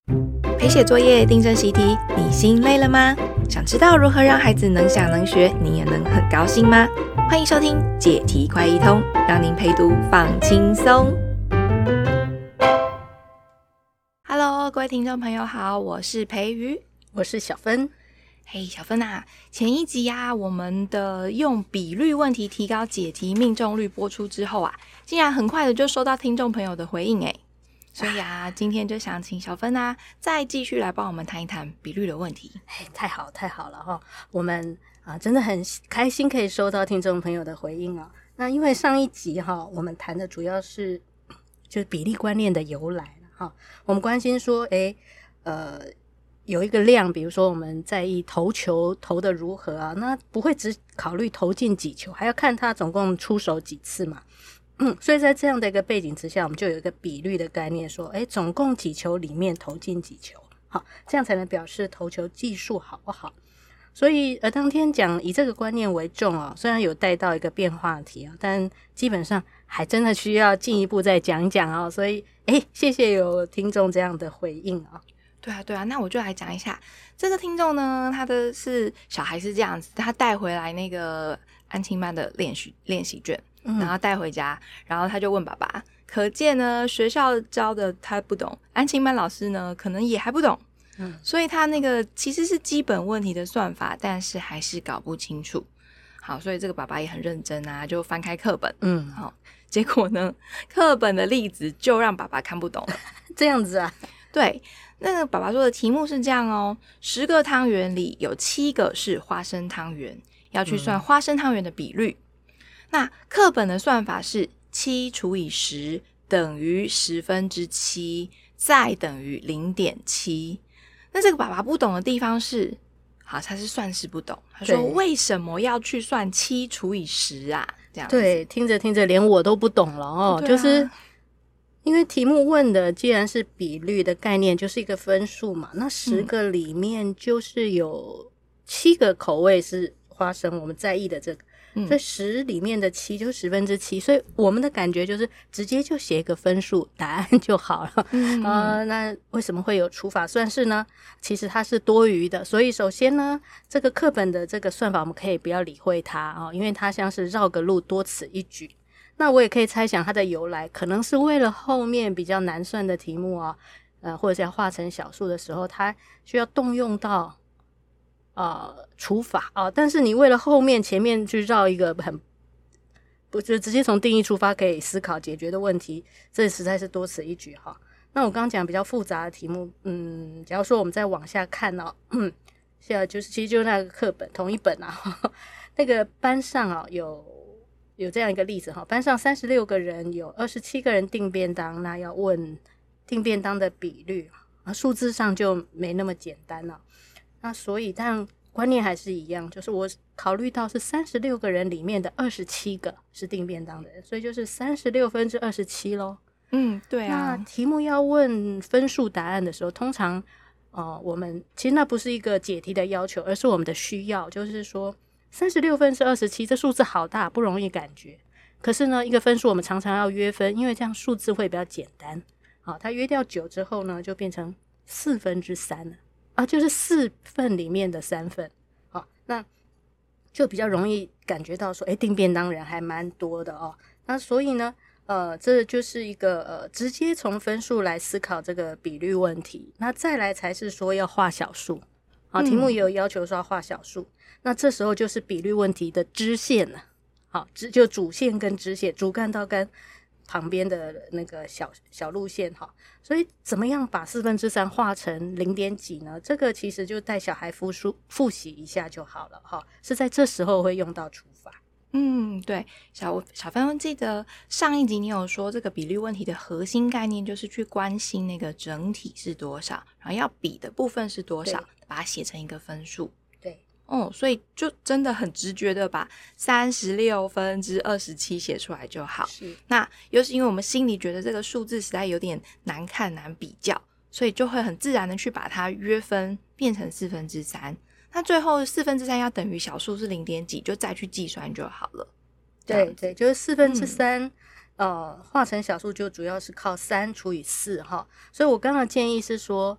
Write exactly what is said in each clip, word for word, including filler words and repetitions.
陪写作业、订正习题，你心累了吗？想知道如何让孩子能想能学，你也能很高兴吗？欢迎收听解题快一通，让您陪读放轻松。Hello， 各位听众朋友好，我是培瑜， 我是小芬。 嘿、hey, 小芬啊，前一集啊，我们的用比率问题提高解题命中率播出之后啊，竟然很快的就收到听众朋友的回应诶。所以啊，今天就想请小芬啊，再继续来帮我们谈一谈比率的问题。 哎，太好太好了哈！我们啊真的很开心可以收到听众朋友的回应哦。那因为上一集哈，我们谈的主要是就是比例观念的由来了哈。我们关心说，哎，呃，有一个量，比如说我们在意投球投的如何啊，那不会只考虑投进几球，还要看他总共出手几次嘛。嗯，所以在这样的一个背景之下，我们就有一个比率的概念，说，诶，总共几球里面投进几球，好，这样才能表示投球技术好不好。所以，呃，当天讲以这个观念为重哦，虽然有带到一个变化题啊，但基本上还真的需要进一步再讲一讲哦。所以，诶，谢谢有听众这样的回应啊、哦。 对啊，对啊，那我就来讲一下这个听众呢，他的是小孩是这样子，他带回来那个安亲班的练习练习卷。然后带回家，然后他就问爸爸，可见呢学校教的他不懂，安亲班老师呢可能也还不懂，嗯，所以他那个其实是基本问题的算法，但是还是搞不清楚。好，所以这个爸爸也很认真啊，就翻开课本，嗯，好，结果呢课本的例子就让爸爸看不懂了。 这样子啊？ 对，那个爸爸说的题目是这样哦，十个汤圆里有七个是花生汤圆，要去算花生汤圆的比率。嗯，那课本的算法是七除以十等于十分之七，再等于 零点七。那这个爸爸不懂的地方是，好，他是算式不懂。他说为什么要去算七除以十啊？这样子。 对，听着听着连我都不懂了哦。啊、就是因为题目问的既然是比率的概念，就是一个分数嘛。那十个里面就是有七个口味是花生，我们在意的这个。嗯、所以十里面的七就是十分之七，所以我们的感觉就是直接就写一个分数答案就好了。嗯呃，那为什么会有除法算式呢？其实它是多余的，所以首先呢，这个课本的这个算法我们可以不要理会它哦，因为它像是绕个路多此一举。那我也可以猜想它的由来，可能是为了后面比较难算的题目啊，呃，或者是要化成小数的时候，它需要动用到。呃，除法啊、呃，但是你为了后面前面去绕一个很不就直接从定义出发可以思考解决的问题，这实在是多此一举哈。那我刚刚讲比较复杂的题目，嗯，假如说我们再往下看哦，嗯，现在就是其实就是那个课本同一本啊，呵呵那个班上啊有有这样一个例子哈，班上三十六个人，有二十七个人订便当，那要问订便当的比率啊，数字上就没那么简单了。那所以但观念还是一样，就是我考虑到是三十六个人里面的二十七个是订便当的人，所以就是三十六分之二十七咯。 嗯，对啊。 那题目要问分数答案的时候，通常呃，我们其实那不是一个解题的要求，而是我们的需要，就是说三十六分之二十七这数字好大，不容易感觉。可是呢，一个分数我们常常要约分，因为这样数字会比较简单。好，它约掉九之后呢，就变成四分之三了。啊，就是四份里面的三份，好，那就比较容易感觉到说，诶，订便当人还蛮多的哦。那所以呢，呃，这就是一个呃，直接从分数来思考这个比率问题。那再来才是说要画小数，好，题目也有要求说要画小数、嗯。那这时候就是比率问题的支线了，好，就主线跟支线，主干到干。旁边的那个小小路线哈，所以怎么样把四分之三画成零点几呢？这个其实就带小孩复述复习一下就好了哈，是在这时候会用到除法。 嗯，对，小小芬记得上一集你有说这个比率问题的核心概念就是去关心那个整体是多少，然后要比的部分是多少，把它写成一个分数。哦，所以就真的很直觉的把三十六分之二十七写出来就好。 是， 那又是因为我们心里觉得这个数字实在有点难看难比较，所以就会很自然的去把它约分变成四分之三。那最后四分之三要等于小数是零点几，就再去计算就好了。 对对，就是四分之三、嗯、呃，化成小数就主要是靠三除以四哈。所以我刚刚建议是说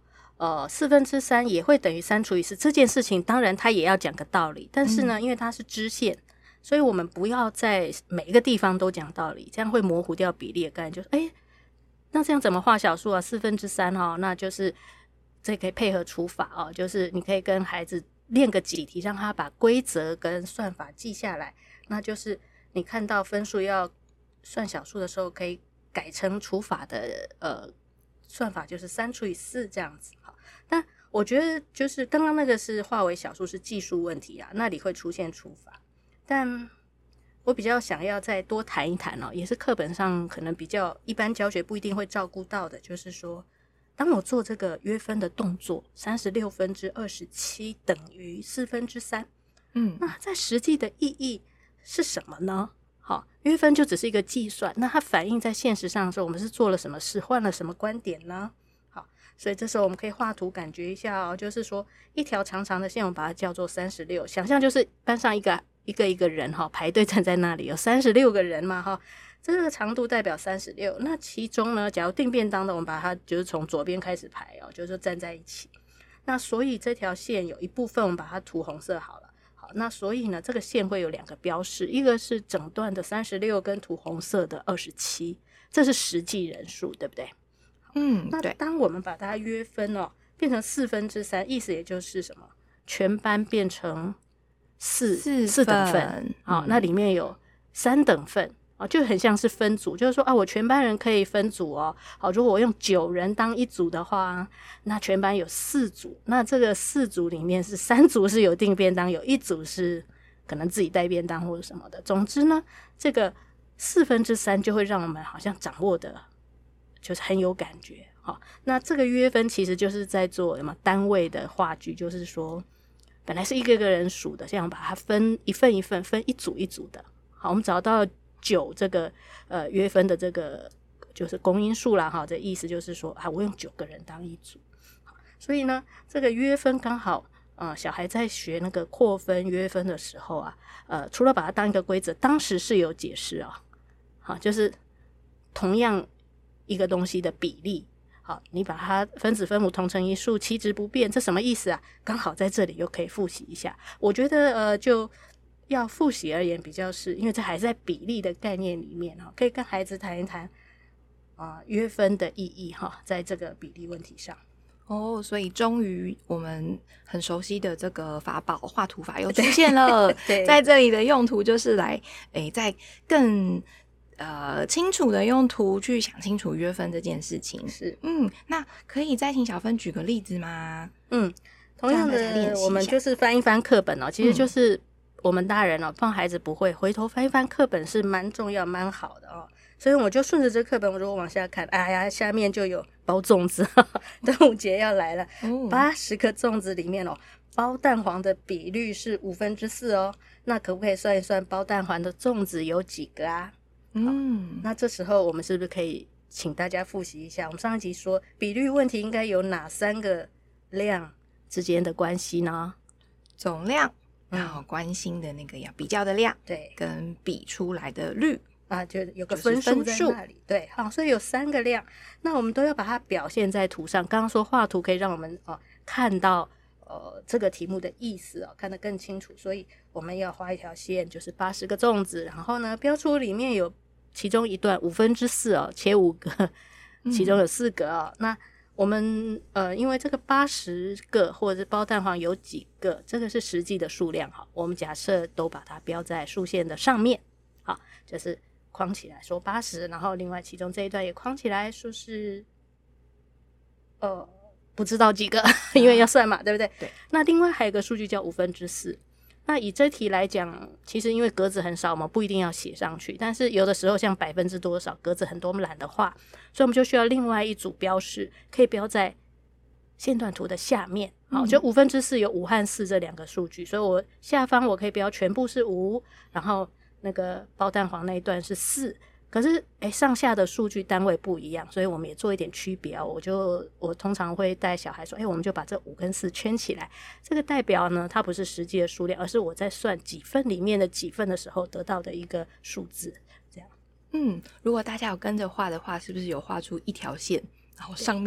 呃四分之三也会等于三除以四，这件事情当然它也要讲个道理，但是呢，嗯、因为它是支线，所以我们不要在每一个地方都讲道理，这样会模糊掉比例的概念。就是哎，那这样怎么画小数啊？四分之三哈，那就是这可以配合除法哦，就是你可以跟孩子练个几题，让他把规则跟算法记下来。那就是你看到分数要算小数的时候，可以改成除法的呃算法，就是三除以四这样子。好，但我觉得就是刚刚那个是化为小数是技术问题啊，那里会出现除法。但我比较想要再多谈一谈哦，也是课本上可能比较一般教学不一定会照顾到的，就是说当我做这个约分的动作，三十六分之二十七等于四分之三，嗯，那在实际的意义是什么呢？好，约分就只是一个计算，那它反映在现实上的时候，我们是做了什么事，换了什么观点呢？好，所以这时候我们可以画图感觉一下哦，就是说一条长长的线，我们把它叫做三十六，想象就是班上一个一个一个人哈，排队站在那里，有三十六个人嘛哈，这个长度代表三十六。那其中呢，假如订便当的，我们把它就是从左边开始排哦，就是站在一起。那所以这条线有一部分我们把它涂红色好了。好，那所以呢，这个线会有两个标示，一个是整段的三十六跟涂红色的二十七，这是实际人数，对不对？嗯，那当我们把它约分哦，变成四分之三，意思也就是什么？全班变成四四四等份，好、嗯，那里面有三等份。哦，就很像是分组，就是说啊，我全班人可以分组哦。好，如果我用九人当一组的话，那全班有四组，那这个四组里面是三组是有订便当，有一组是可能自己带便当或者什么的。总之呢，这个四分之三就会让我们好像掌握的，就是很有感觉。好，那这个约分其实就是在做什么单位的话剧，就是说本来是一个个人数的，这样把它分一份一份，分一组一组的。好，我们找到九这个呃约分的这个就是公因数啦哈，这意思就是说啊，我用九个人当一组，所以呢，这个约分刚好呃小孩在学那个扩分约分的时候啊，呃除了把它当一个规则，当时是有解释啊、哦，好，就是同样一个东西的比例，好，你把它分子分母同乘一数，其值不变，这什么意思啊？刚好在这里又可以复习一下，我觉得呃就。要复习而言，比较是因为这还是在比例的概念里面哈，可以跟孩子谈一谈啊、呃、约分的意义哈，在这个比例问题上。 哦，所以终于我们很熟悉的这个法宝画图法又出现了。对，在这里的用途就是来诶，在更呃清楚的用图去想清楚约分这件事情。 是， 嗯，那可以再请小芬举个例子吗？ 嗯，同样的，我们就是翻一翻课本哦，其实就是。嗯我们大人哦，碰孩子不会，回头翻一翻课本是蛮重要、蛮好的哦。所以我就顺着这课本，我如果往下看，哎呀，下面就有包粽子，端午节要来了，八十个粽子里面哦，包蛋黄的比率是五分之四哦。那可不可以算一算包蛋黄的粽子有几个啊？嗯，那这时候我们是不是可以请大家复习一下？我们上一集说比率问题应该有哪三个量之间的关系呢？ 总量。然后关心的那个要比较的量， 对， 跟比出来的率啊，就有个分数在那里，对，好，所以有三个量，那我们都要把它表现在图上。刚刚说画图可以让我们哦看到呃这个题目的意思哦，看得更清楚，所以我们要画一条线，就是八十个粽子，然后呢标出里面有其中一段五分之四哦，切五个，其中有四个哦，嗯、那。我们呃，因为这个八十个或者是包蛋黄有几个，这个是实际的数量哈。我们假设都把它标在数线的上面，好，就是框起来说八十，然后另外其中这一段也框起来说是呃不知道几个，因为要算嘛，对不对？ 对。 那另外还有一个数据叫五分之四。那以这题来讲，其实因为格子很少嘛，不一定要写上去。但是有的时候像百分之多少，格子很多，我们懒得画，所以我们就需要另外一组标示，可以标在线段图的下面。好，就五分之四有五和四这两个数据，所以我下方我可以标全部是五，然后那个包蛋黄那一段是四。可是诶上下的数据单位不一样，所以我们也做一点区别哦。我就我通常会带小孩说，诶我们就把这五跟四圈起来，这个代表呢它不是实际的数量，而是我在算几份里面的几份的时候得到的一个数字，这样。 嗯，如果大家有跟着画的话，是不是有画出一条线，然后上面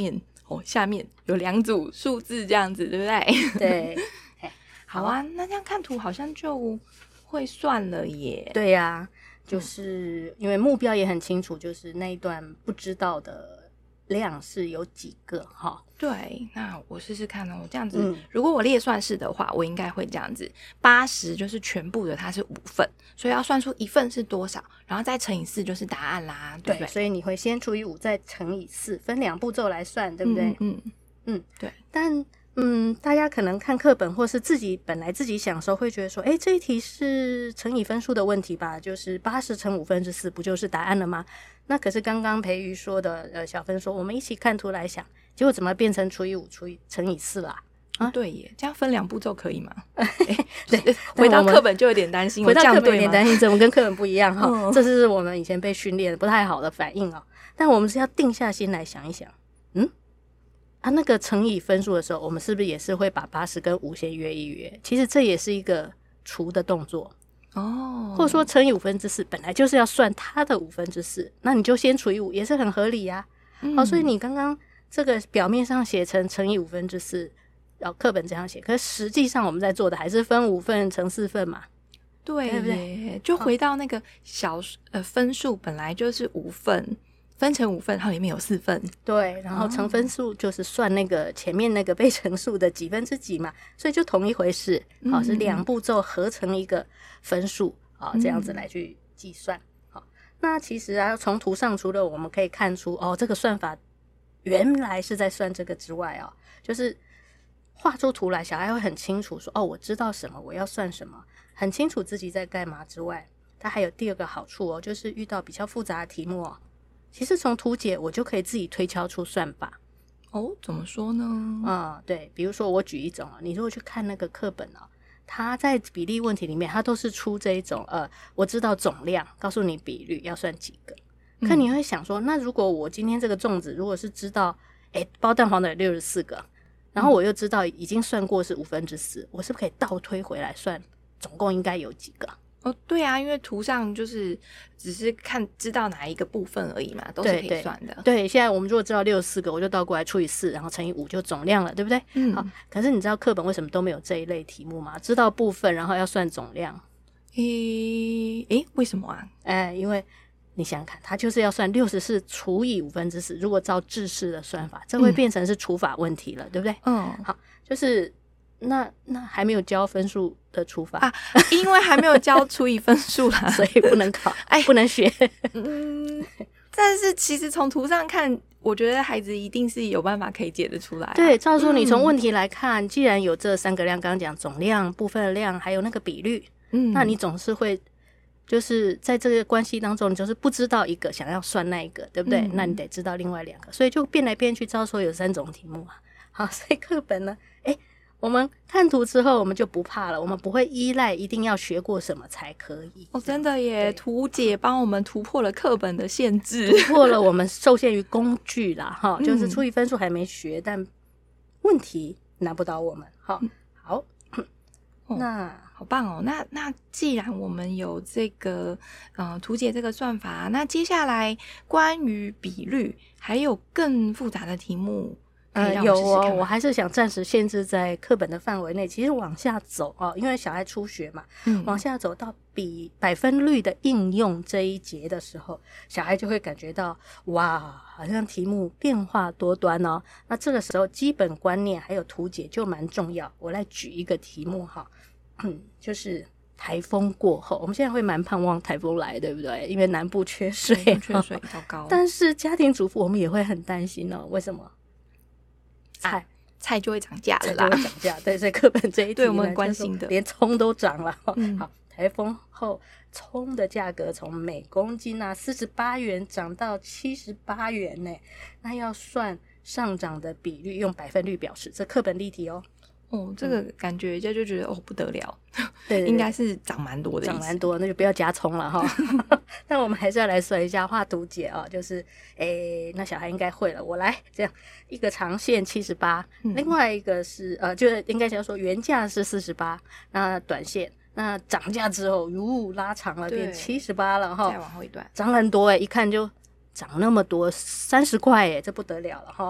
哦，下面有两组数字这样子，对不对？ 对， 好啊，那这样看图好像就会算了耶。 对呀、啊，就是因为目标也很清楚，就是那一段不知道的量是有几个哈。 对，那我试试看哦。这样子， 嗯、 如果我列算式的话，我应该会这样子：八十就是全部的，它是五份，所以要算出一份是多少，然后再乘以四就是答案啦，对不对？ 对，所以你会先除以五，再乘以四，分两步骤来算，对不对？ 嗯嗯， 嗯， 对。 但嗯，大家可能看课本或是自己本来自己想的时候，会觉得说，哎，这一题是乘以分数的问题吧？就是八十乘五分之四，不就是答案了吗？那可是刚刚培瑜说的，呃，小芬说，我们一起看图来想。结果怎么变成除以五除以乘以四啦？ 啊，对耶，这样分两步骤可以吗？ 对， 回到课本就有点担心， 回到课本有点担心，怎么跟课本不一样哈？ 嗯、 这是我们以前被训练的不太好的反应哦。但我们是要定下心来想一想，嗯，啊，那个乘以分数的时候，我们是不是也是会把八十跟五先约一约？其实这也是一个除的动作哦， 或者说乘以五分之四，本来就是要算它的五分之四，那你就先除以五，也是很合理呀、啊。好、嗯哦，所以你刚刚。这个表面上写成乘以五分之四，然后课本这样写，可是实际上我们在做的还是分五份乘四份嘛， 对， 对不对？ 就回到那个小呃分数本来就是五份，分成五份，它里面有四份， 对，然后乘分数就是算那个前面那个被乘数的几分之几嘛，所以就同一回事，好、嗯、是两步骤合成一个分数啊、嗯，这样子来去计算。好，那其实啊，从图上除了我们可以看出哦，这个算法。原来是在算这个之外哦，就是画出图来，小孩会很清楚说哦，我知道什么，我要算什么，很清楚自己在干嘛之外，它还有第二个好处哦，就是遇到比较复杂的题目哦，其实从图解我就可以自己推敲出算法。 哦，怎么说呢？ 嗯，对，比如说我举一种哦，你如果去看那个课本哦，它在比例问题里面，它都是出这一种呃，我知道总量，告诉你比率要算几个。可你会想说，那如果我今天这个粽子如果是知道诶包蛋黄的有六十四个，然后我又知道已经算过是五分之四，我是不是可以倒推回来算总共应该有几个？ 哦，对啊，因为图上就是只是看知道哪一个部分而已嘛，都是可以算的。 对， 对， 对，现在我们如果知道六十四个，我就倒过来除以四，然后乘以五就总量了，对不对？嗯。好，可是你知道课本为什么都没有这一类题目吗？知道部分，然后要算总量。 诶诶，为什么啊？ 哎，因为你想想看，它就是要算六十四除以五分之四，如果照制式的算法，这会变成是除法问题了，嗯、对不对？嗯，好，就是那那还没有教分数的除法啊，因为还没有教除以分数啦， 所以不能考，哎，不能学。 嗯，但是其实从图上看，我觉得孩子一定是有办法可以解得出来、啊。 对，照说你从问题来看、嗯，既然有这三个量，刚刚讲总量、部分量，还有那个比率，嗯，那你总是会。就是在这个关系当中，你就是不知道一个，想要算那一个，对不对？嗯、那你得知道另外两个，所以就变来变去，照说有三种题目啊。好，所以课本呢，诶，我们看图之后，我们就不怕了，我们不会依赖一定要学过什么才可以。 哦，真的耶，图解帮我们突破了课本的限制， 突破了我们受限于工具啦，哈、嗯，就是除以分数还没学，但问题难不倒我们。哈、嗯，好， 哦、那。好棒哦！那那既然我们有这个呃图解这个算法，那接下来关于比率还有更复杂的题目可以让我试试看吗？ 呃，有哦，我还是想暂时限制在课本的范围内。其实往下走哦，因为小孩初学嘛，嗯，往下走到比百分率的应用这一节的时候，小孩就会感觉到哇，好像题目变化多端哦。那这个时候基本观念还有图解就蛮重要。我来举一个题目哈。嗯，就是台风过后，我们现在会蛮盼望台风来，对不对？因为南部缺水， 缺水糟糕。 但是家庭主妇我们也会很担心哦，为什么？ 菜、啊、菜就会涨价了啦， 就会涨价。对，所以课本这一题对我们很关心的， 连葱都涨了。 嗯、 好，台风后葱的价格从每公斤啊四十八元涨到七十八元呢，那要算上涨的比率，用百分率表示，这课本例题哦。 哦，这个感觉就就觉得、嗯、哦不得了， 对， 应该是涨蛮多的， 涨蛮多，那就不要加葱了哈。但我们还是要来算一下画图解啊，就是诶，那小孩应该会了。我来这样一个长线七十八，另外一个是呃，就是应该要说原价是四十八，那短线那涨价之后，哟拉长了变七十八了哈， 再往后一段涨很多诶，一看就涨那么多，三十块诶，这不得了了哈。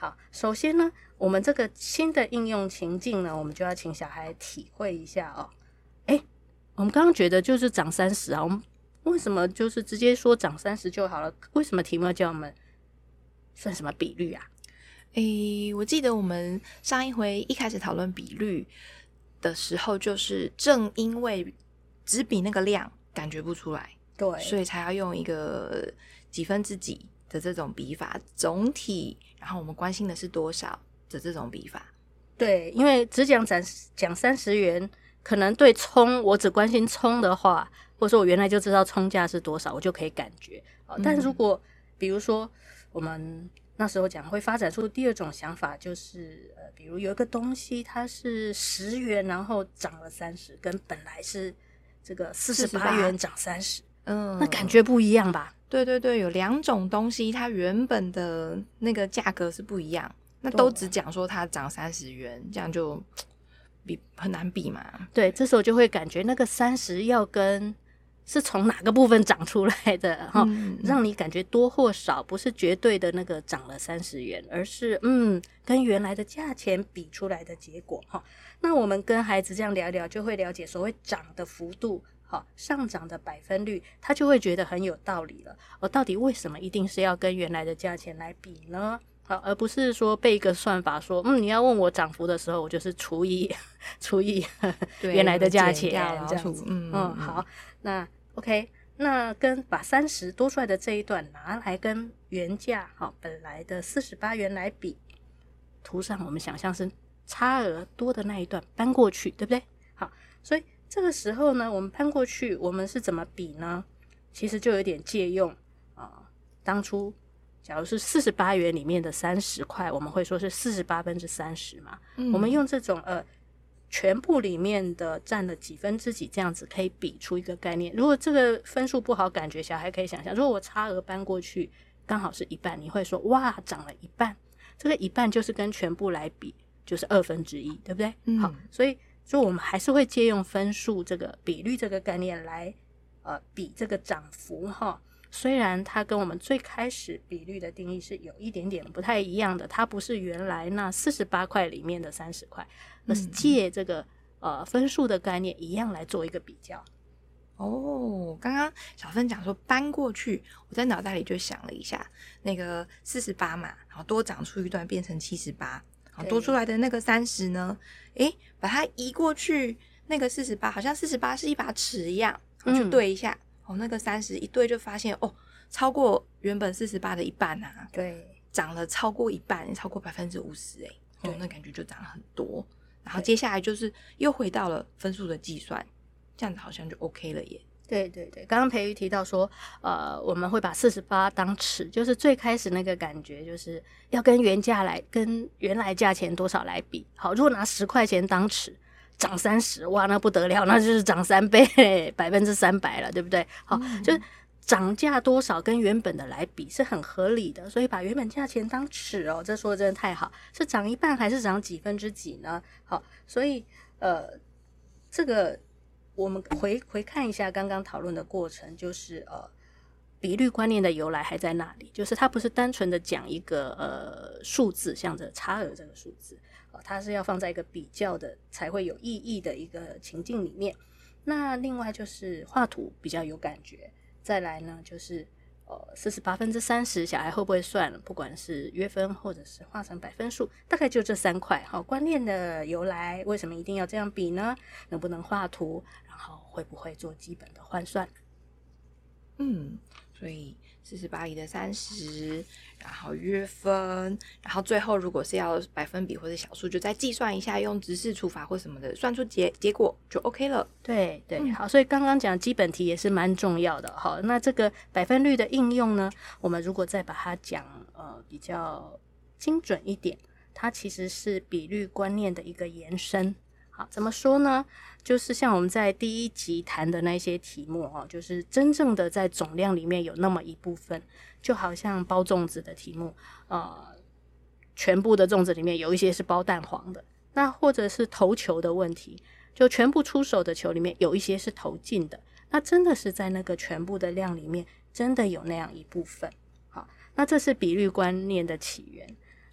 好，首先呢，我们这个新的应用情境呢，我们就要请小孩体会一下哦。诶，我们刚刚觉得就是长三十啊，我们为什么就是直接说长三十就好了？为什么题目要叫我们算什么比率啊？ 诶，我记得我们上一回一开始讨论比率的时候，就是正因为只比那个量感觉不出来， 对， 所以才要用一个几分之几的这种比法，总体，然后我们关心的是多少的这种比法。 对，因为只讲讲讲三十元，可能对葱我只关心葱的话，或者说我原来就知道葱价是多少，我就可以感觉。哦、但如果比如说我们那时候讲会发展出第二种想法，就是呃，比如有一个东西它是十元，然后涨了三十，跟本来是这个四十八元涨三十，嗯，那感觉不一样吧？ 对对对，有两种东西，它原本的那个价格是不一样，那都只讲说它涨三十元，这样就比很难比嘛。 对，这时候就会感觉那个三十要跟是从哪个部分长出来的哈、嗯，让你感觉多或少不是绝对的那个涨了三十元，而是嗯跟原来的价钱比出来的结果哈。那我们跟孩子这样聊聊，就会了解所谓涨的幅度。好，上涨的百分率，他就会觉得很有道理了。哦，到底为什么一定是要跟原来的价钱来比呢？好，而不是说背一个算法说，嗯，你要问我涨幅的时候，我就是除以除以原来的价钱这样子。嗯嗯，好，那 OK， 那跟把三十多出来的这一段拿来跟原价好本来的四十八元来比，图上我们想象是差额多的那一段搬过去，对不对？好，所以这个时候呢，我们搬过去，我们是怎么比呢？其实就有点借用啊、呃，当初假如是四十八元里面的三十块，我们会说是四十八分之三十嘛、嗯。我们用这种呃全部里面的占了几分之几，这样子可以比出一个概念。如果这个分数不好感觉，小孩可以想象，如果我差额搬过去刚好是一半，你会说哇涨了一半，这个一半就是跟全部来比就是二分之一，对不对？嗯、好，所以。所以我们还是会借用分数这个比率这个概念来呃比这个涨幅哈，虽然它跟我们最开始比率的定义是有一点点不太一样的，它不是原来那四十八块里面的三十块，而是借这个呃分数的概念一样来做一个比较。 哦，刚刚小芬讲说搬过去，我在脑袋里就想了一下，那个四十八嘛，然后多长出一段变成七十八。好，多出来的那个三十呢，诶，把它移过去，那个四十八好像四十八是一把尺一样，我去对一下、嗯、哦，那个三十一对就发现哦，超过原本四十八的一半啊， 对， 涨了超过一半，超过百分之五十，诶，哦，那感觉就涨了很多。然后接下来就是又回到了分数的计算，这样子好像就 OK 了耶。 对对对，刚刚培瑜提到说，呃，我们会把四十八当尺，就是最开始那个感觉，就是要跟原价来，跟原来价钱多少来比。好，如果拿十块钱当尺，涨三十，哇，那不得了，那就是涨三倍，百分之三百了，对不对？好，嗯、就是涨价多少跟原本的来比是很合理的，所以把原本价钱当尺哦，这说的真的太好，是涨一半还是涨几分之几呢？好，所以呃，这个。我们回回看一下刚刚讨论的过程，就是呃，比率观念的由来还在那里，就是它不是单纯的讲一个呃数字，像这差额这个数字，呃，它是要放在一个比较的才会有意义的一个情境里面。那另外就是画图比较有感觉，再来呢就是呃四十八分之三十，小孩会不会算？不管是约分或者是画成百分数，大概就这三块。好，观念的由来，为什么一定要这样比呢？能不能画图？然后会不会做基本的换算？ 嗯，所以四十八里的三十，然后约分，然后最后如果是要百分比或者小数，就再计算一下，用直式除法或什么的算出结结果就 OK 了。 对对、嗯，好，所以刚刚讲基本题也是蛮重要的。好，那这个百分率的应用呢，我们如果再把它讲呃比较精准一点，它其实是比率观念的一个延伸。好，怎么说呢？就是像我们在第一集谈的那些题目哦，就是真正的在总量里面有那么一部分，就好像包粽子的题目，呃，全部的粽子里面有一些是包蛋黄的，那或者是投球的问题，就全部出手的球里面有一些是投进的，那真的是在那个全部的量里面真的有那样一部分。好，那这是比率观念的起源。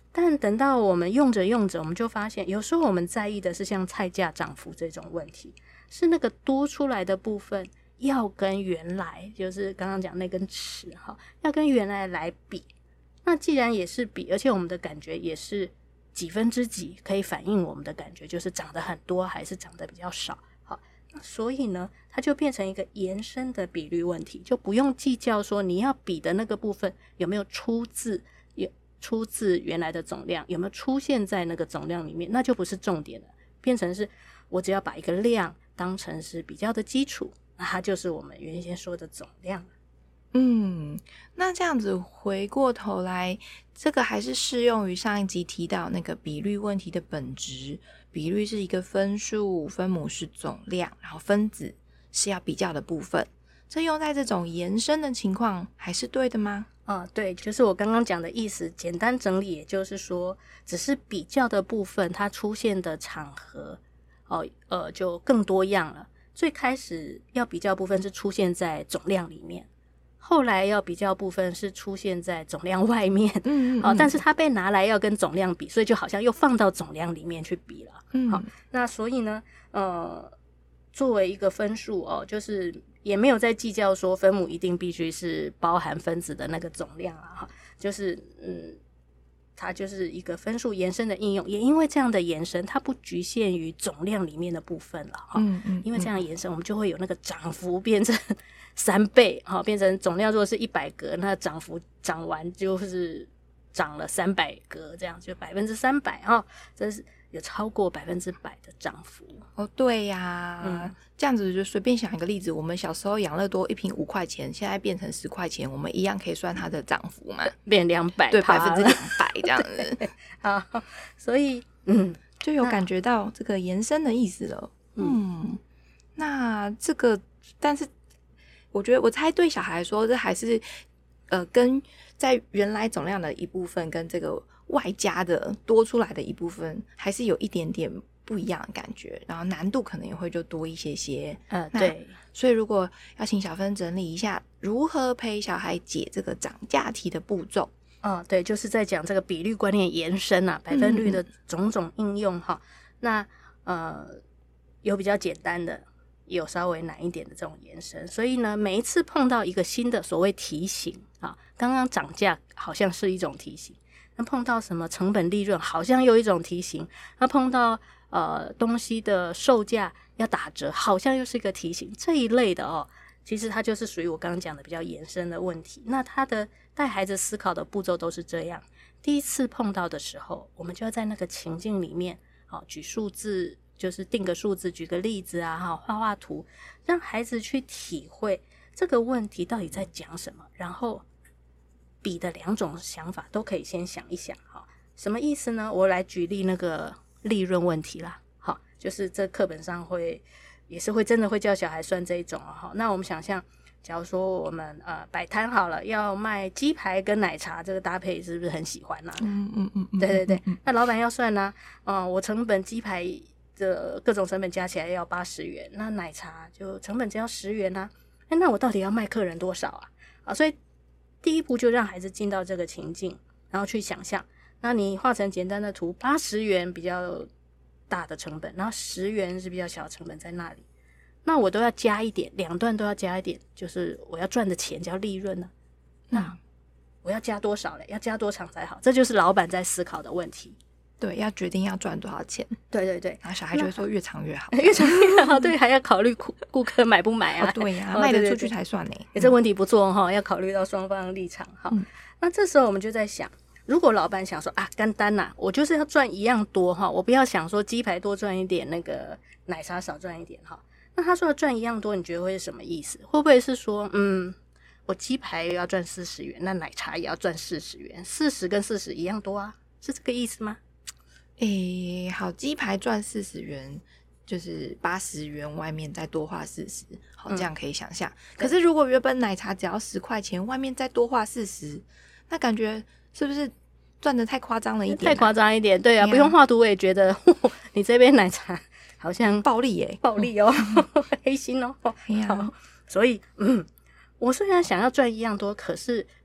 但等到我们用着用着，我们就发现有时候我们在意的是像菜价涨幅这种问题，是那个多出来的部分要跟原来，就是刚刚讲那根尺要跟原来来比，那既然也是比，而且我们的感觉也是几分之几可以反映我们的感觉，就是涨得很多还是涨得比较少。好，那所以呢它就变成一个延伸的比率问题，就不用计较说你要比的那个部分有没有出自有出自原来的总量，有没有出现在那个总量里面，那就不是重点了，变成是我只要把一个量当成是比较的基础，那它就是我们原先说的总量。 嗯，那这样子回过头来，这个还是适用于上一集提到那个比率问题的本质。比率是一个分数，分母是总量，然后分子是要比较的部分。这用在这种延伸的情况还是对的吗？ 啊、嗯，对，就是我刚刚讲的意思。简单整理，也就是说，只是比较的部分，它出现的场合，哦，呃，就更多样了。最开始要比较部分是出现在总量里面。后来要比较部分是出现在总量外面，嗯嗯嗯、哦，但是它被拿来要跟总量比，所以就好像又放到总量里面去比了。嗯，好，那所以呢，呃，作为一个分数哦，就是也没有在计较说分母一定必须是包含分子的那个总量啊，哈，就是嗯，它就是一个分数延伸的应用，也因为这样的延伸，它不局限于总量里面的部分了，哈，嗯嗯，因为这样延伸，我们就会有那个涨幅变成三倍，好，变成总量如果是一百格，那涨幅涨完就是涨了三百格，这样就百分之三百哈，这是有超过百分之百的涨幅。 哦，对呀、啊嗯，这样子就随便想一个例子，我们小时候养乐多一瓶五块钱，现在变成十块钱，我们一样可以算它的涨幅嘛？ 变两百， 对，百分之两百这样子。 好，所以嗯， 就有感觉到这个延伸的意思了。嗯，嗯那这个，但是。我觉得我猜对小孩说这还是呃跟在原来总量的一部分跟这个外加的多出来的一部分还是有一点点不一样的感觉，然后难度可能也会就多一些些。 嗯、呃，对。 所以如果要请小芬整理一下如何陪小孩解这个涨价题的步骤。 嗯，对，就是在讲这个比率观念延伸啊，百分率的种种应用哈、嗯。那呃有比较简单的。有稍微难一点的这种延伸，所以呢，每一次碰到一个新的所谓题型啊，刚刚涨价好像是一种题型，那碰到什么成本利润好像又一种题型，那碰到呃东西的售价要打折好像又是一个题型，这一类的哦，其实它就是属于我刚刚讲的比较延伸的问题。那它的带孩子思考的步骤都是这样，第一次碰到的时候，我们就要在那个情境里面，好，举数字。就是定个数字，举个例子啊，哈，画画图，让孩子去体会这个问题到底在讲什么，然后比的两种想法都可以先想一想，哈，什么意思呢？我来举例那个利润问题啦，好，就是这课本上会也是会真的会叫小孩算这一种哈。那我们想象，假如说我们呃摆摊好了，要卖鸡排跟奶茶，这个搭配是不是很喜欢呢、啊？嗯嗯嗯，对对对，那老板要算呢、啊，嗯，我成本鸡排。的各种成本加起来要八十元，那奶茶就成本只要十元啊，那我到底要卖客人多少啊？啊，所以第一步就让孩子进到这个情境，然后去想象。那你画成简单的图，八十元比较大的成本，然后十元是比较小的成本在那里，那我都要加一点，两段都要加一点，就是我要赚的钱叫利润呢、啊。那我要加多少嘞？要加多长才好？这就是老板在思考的问题。 对，要决定要赚多少钱。 对对对， 然后小孩就会说越长越好， 越长越好。对，还要考虑顾顾客买不买啊？ 哦、对呀、啊哦，卖得出去才算呢。 欸、这问题不错哈、哦，要考虑到双方的立场哈、嗯。那这时候我们就在想，如果老板想说啊，干单呐、啊，我就是要赚一样多哈，我不要想说鸡排多赚一点，那个奶茶少赚一点哈。那他说要赚一样多，你觉得会是什么意思？会不会是说，嗯，我鸡排要赚四十元，那奶茶也要赚四十元，四十跟四十一样多啊？是这个意思吗？ 诶，好，鸡排赚四十元，就是八十元，外面再多花四十，好，这样可以想象、嗯。可是如果原本奶茶只要十块钱，外面再多花四十，那感觉是不是赚得太夸张了一点、啊？ 太夸张一点，对啊，不用画图我也觉得，你这杯奶茶好像暴利耶、欸， 暴利哦，黑心哦，好，所以嗯。我虽然想要赚一样多，可是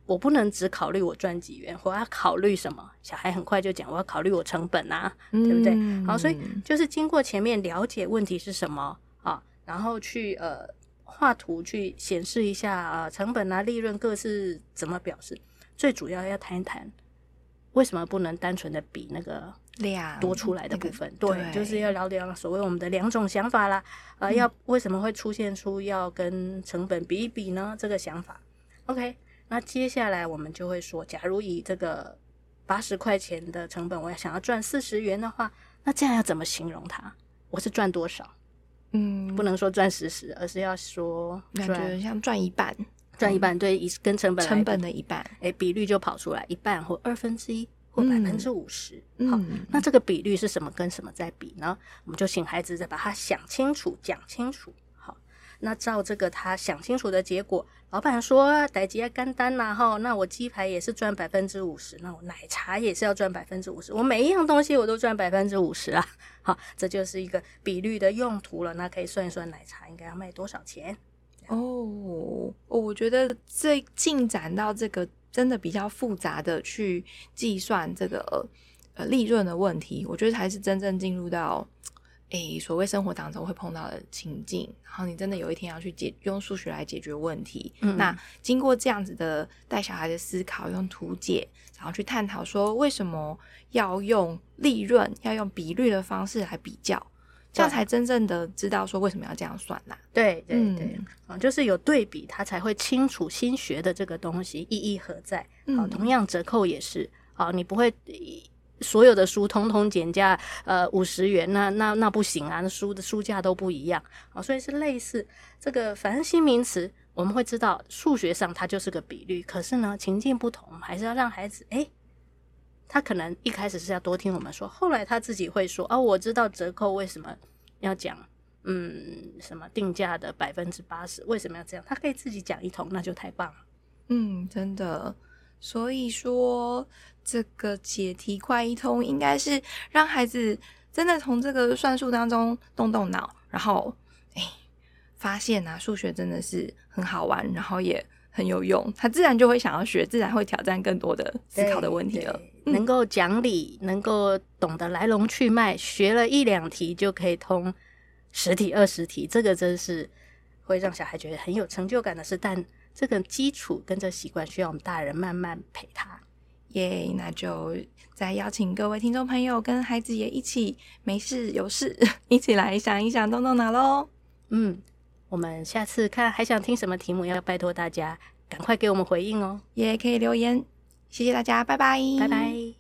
我不能只考虑我赚几元，我要考虑什么？小孩很快就讲，我要考虑我成本啊，嗯、对不对？好，所以就是经过前面了解问题是什么啊，然后去呃画图去显示一下啊成本啊利润各是怎么表示。最主要要谈一谈为什么不能单纯的比那个量多出来的部分， 那个、 对, 对， 就是要了解所谓我们的两种想法啦，呃，要为什么会出现出要跟成本比一比呢？这个想法 ，OK。那接下来我们就会说，假如以这个八十块钱的成本，我要想要赚四十元的话，那这样要怎么形容它？我是赚多少？嗯，不能说赚十十，而是要说感觉像赚一半， 赚一半，对，跟成本来成本的一半， 哎，比率就跑出来，一半或二分之一或百分之五十。好， 嗯， 那这个比率是什么跟什么在比呢？我们就请孩子再把它想清楚、讲清楚。那照这个他想清楚的结果，老板说代志要简单啦齁，那我鸡排也是赚百分之五十，那我奶茶也是要赚百分之五十，我每一样东西我都赚百分之五十啦。好，这就是一个比率的用途了。那可以算一算奶茶应该要卖多少钱。 哦，我觉得这进展到这个真的比较复杂的去计算这个呃利润的问题，我觉得才是真正进入到。诶，所谓生活当中会碰到的情境，然后你真的有一天要去解用数学来解决问题、嗯、那经过这样子的带小孩的思考，用图解然后去探讨说为什么要用利润要用比率的方式来比较，这样才真正的知道说为什么要这样算啦。 对对对、嗯、就是有对比他才会清楚新学的这个东西意义何在、嗯、同样折扣也是啊，你不会所有的书通通减价呃五十元，那那那不行啊，那书的书价都不一样啊，所以是类似这个，反正新名词我们会知道，数学上它就是个比率，可是呢情境不同，还是要让孩子诶他可能一开始是要多听我们说，后来他自己会说哦，我知道折扣为什么要讲嗯什么定价的百分之八十，为什么要这样，他可以自己讲一通，那就太棒了。 嗯，真的。所以说这个解题快一通应该是让孩子真的从这个算术当中动动脑，然后诶发现啊数学真的是很好玩，然后也很有用，他自然就会想要学，自然会挑战更多的思考的问题了。 能够讲理、嗯、能够懂得来龙去脉，学了一两题就可以通十题二十题，这个真是会让小孩觉得很有成就感的事，但这个基础跟这习惯需要我们大人慢慢陪他。 耶、yeah, 那就再邀请各位听众朋友跟孩子也一起没事有事一起来想一想动动脑咯。 嗯，我们下次看还想听什么题目，要拜托大家赶快给我们回应哦， 也可以留言。谢谢大家，拜拜， 拜拜。